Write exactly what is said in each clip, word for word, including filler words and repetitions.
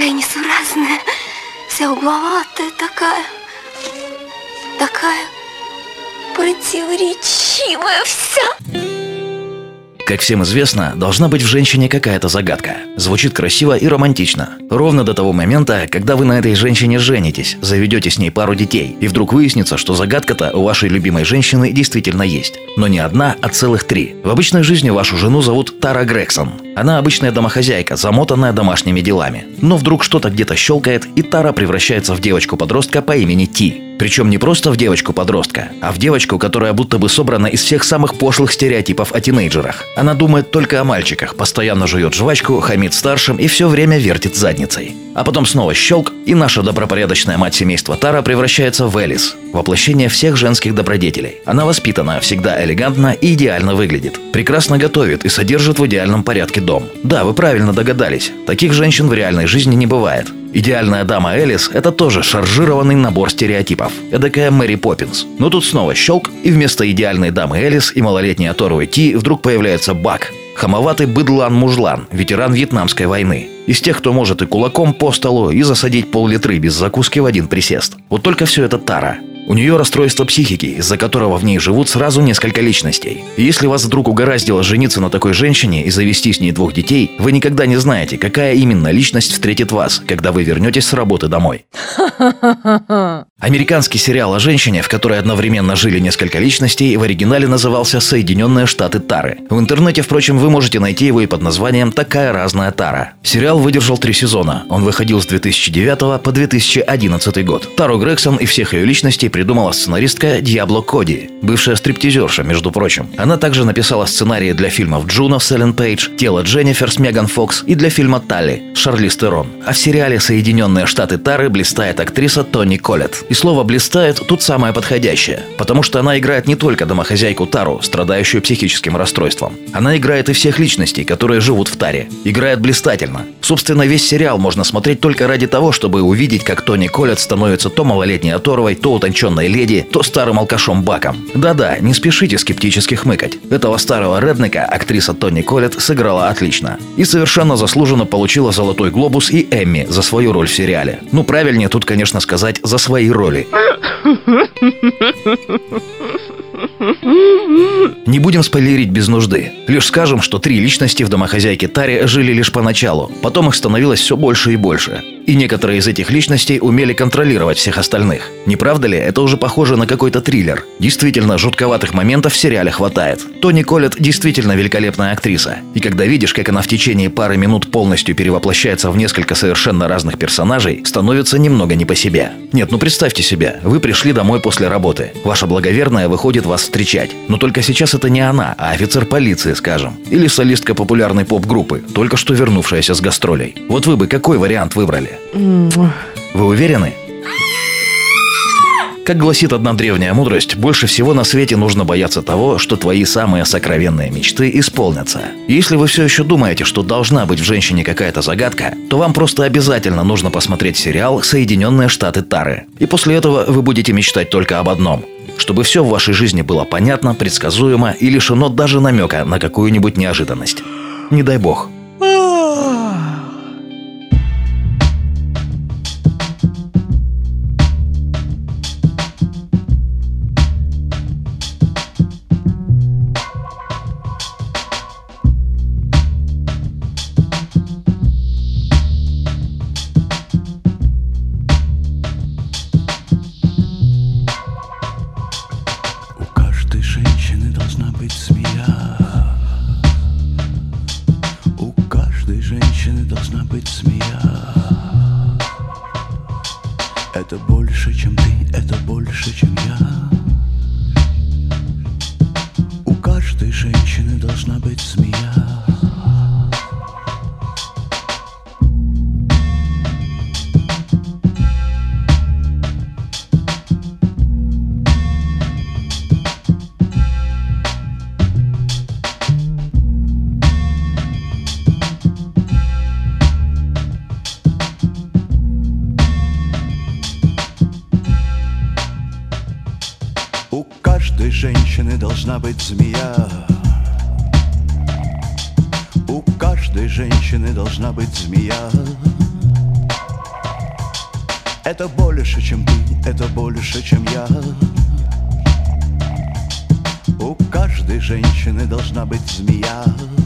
такая несуразная, вся угловатая такая, такая противоречивая вся. Как всем известно, должна быть в женщине какая-то загадка. Звучит красиво и романтично. Ровно до того момента, когда вы на этой женщине женитесь, заведете с ней пару детей, и вдруг выяснится, что загадка-то у вашей любимой женщины действительно есть. Но не одна, а целых три. В обычной жизни вашу жену зовут Тара Грегсон. Она обычная домохозяйка, замотанная домашними делами. Но вдруг что-то где-то щелкает, и Тара превращается в девочку-подростка по имени Ти. Причем не просто в девочку-подростка, а в девочку, которая будто бы собрана из всех самых пошлых стереотипов о тинейджерах. Она думает только о мальчиках, постоянно жует жвачку, хамит старшим и все время вертит задницей. А потом снова щелк, и наша добропорядочная мать семейства Тара превращается в Элис, воплощение всех женских добродетелей. Она воспитана, всегда элегантна и идеально выглядит. Прекрасно готовит и содержит в идеальном порядке дом. Да, вы правильно догадались, таких женщин в реальной жизни не бывает. Идеальная дама Элис – это тоже шаржированный набор стереотипов. Эдакая Мэри Поппинс. Но тут снова щелк, и вместо идеальной дамы Элис и малолетней оторвы Ти вдруг появляется Бак. Хамоватый быдлан-мужлан, ветеран Вьетнамской войны. Из тех, кто может и кулаком по столу, и засадить пол-литры без закуски в один присест. Вот только все это Тара. У нее расстройство психики, из-за которого в ней живут сразу несколько личностей. И если вас вдруг угораздило жениться на такой женщине и завести с ней двух детей, вы никогда не знаете, какая именно личность встретит вас, когда вы вернетесь с работы домой. Американский сериал о женщине, в которой одновременно жили несколько личностей, в оригинале назывался «Соединенные Штаты Тары». В интернете, впрочем, вы можете найти его и под названием «Такая разная Тара». Сериал выдержал три сезона. Он выходил с две тысячи девятого по две тысячи одиннадцатый год. Тару Грегсон и всех ее личностей придумала сценаристка Диабло Коди, бывшая стриптизерша, между прочим. Она также написала сценарии для фильмов «Джуно» с Эллен Пейдж, «Тело Дженнифер» с Меган Фокс и для фильма «Талли» с Шарлиз Терон. А в сериале «Соединенные Штаты Тары» блистает актриса Тони Коллетт. И слово «блистает» тут самое подходящее, потому что она играет не только домохозяйку Тару, страдающую психическим расстройством. Она играет и всех личностей, которые живут в Таре. Играет блистательно. Собственно, весь сериал можно смотреть только ради того, чтобы увидеть, как Тони Коллетт становится то малолетней оторвой, то утонченной леди, то старым алкашом Баком. Да-да, не спешите скептически хмыкать. Этого старого реднека актриса Тони Коллетт сыграла отлично. И совершенно заслуженно получила «Золотой глобус» и «Эмми» за свою роль в сериале. Ну, правильнее тут, конечно, сказать «за свои роли». Не будем спойлерить без нужды. Лишь скажем, что три личности в домохозяйке Таре жили лишь поначалу. Потом их становилось все больше и больше. И некоторые из этих личностей умели контролировать всех остальных. Не правда ли? Это уже похоже на какой-то триллер. Действительно, жутковатых моментов в сериале хватает. Тони Коллетт действительно великолепная актриса. И когда видишь, как она в течение пары минут полностью перевоплощается в несколько совершенно разных персонажей, становится немного не по себе. Нет, ну представьте себе, вы пришли домой после работы. Ваша благоверная выходит вас встречать. Но только сейчас это не она, а офицер полиции, скажем. Или солистка популярной поп-группы, только что вернувшаяся с гастролей. Вот вы бы какой вариант выбрали? Вы уверены? Как гласит одна древняя мудрость, больше всего на свете нужно бояться того, что твои самые сокровенные мечты исполнятся. И если вы все еще думаете, что должна быть в женщине какая-то загадка, то вам просто обязательно нужно посмотреть сериал «Соединенные Штаты Тары». И после этого вы будете мечтать только об одном – чтобы все в вашей жизни было понятно, предсказуемо и лишено даже намека на какую-нибудь неожиданность. Не дай бог. Должна быть змея. Это больше, чем ты, это больше, чем я. У каждой женщины должна быть змея. У каждой женщины должна быть змея. У каждой женщины должна быть змея. Это больше, чем ты, это больше, чем я. У каждой женщины должна быть змея.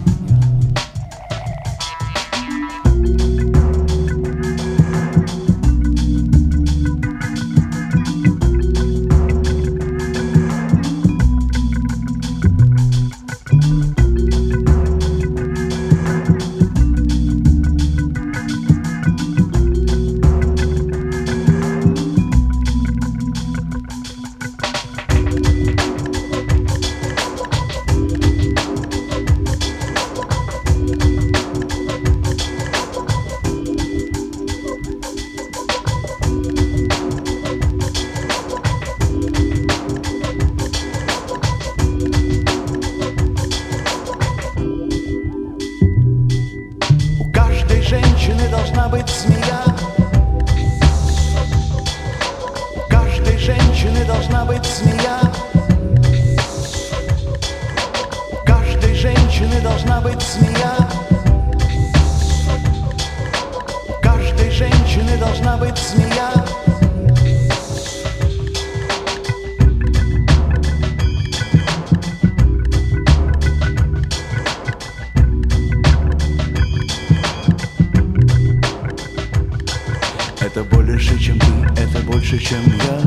Женщины должна быть змея. У каждой женщины должна быть змея. У каждой женщины должна быть змея. У каждой женщины должна быть змея. Это больше, чем ты, это больше, чем я.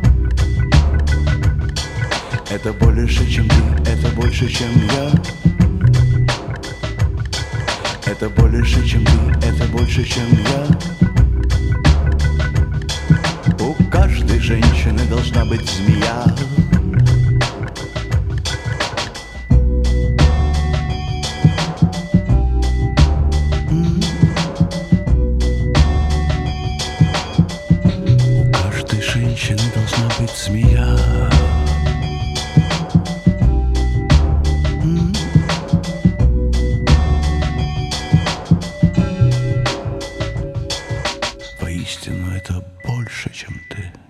Это больше, чем ты, это больше, чем я. Это больше, чем ты, это больше, чем я. У каждой женщины должна быть змея. Женщина должна быть змея. М-м. Воистину это больше, чем ты.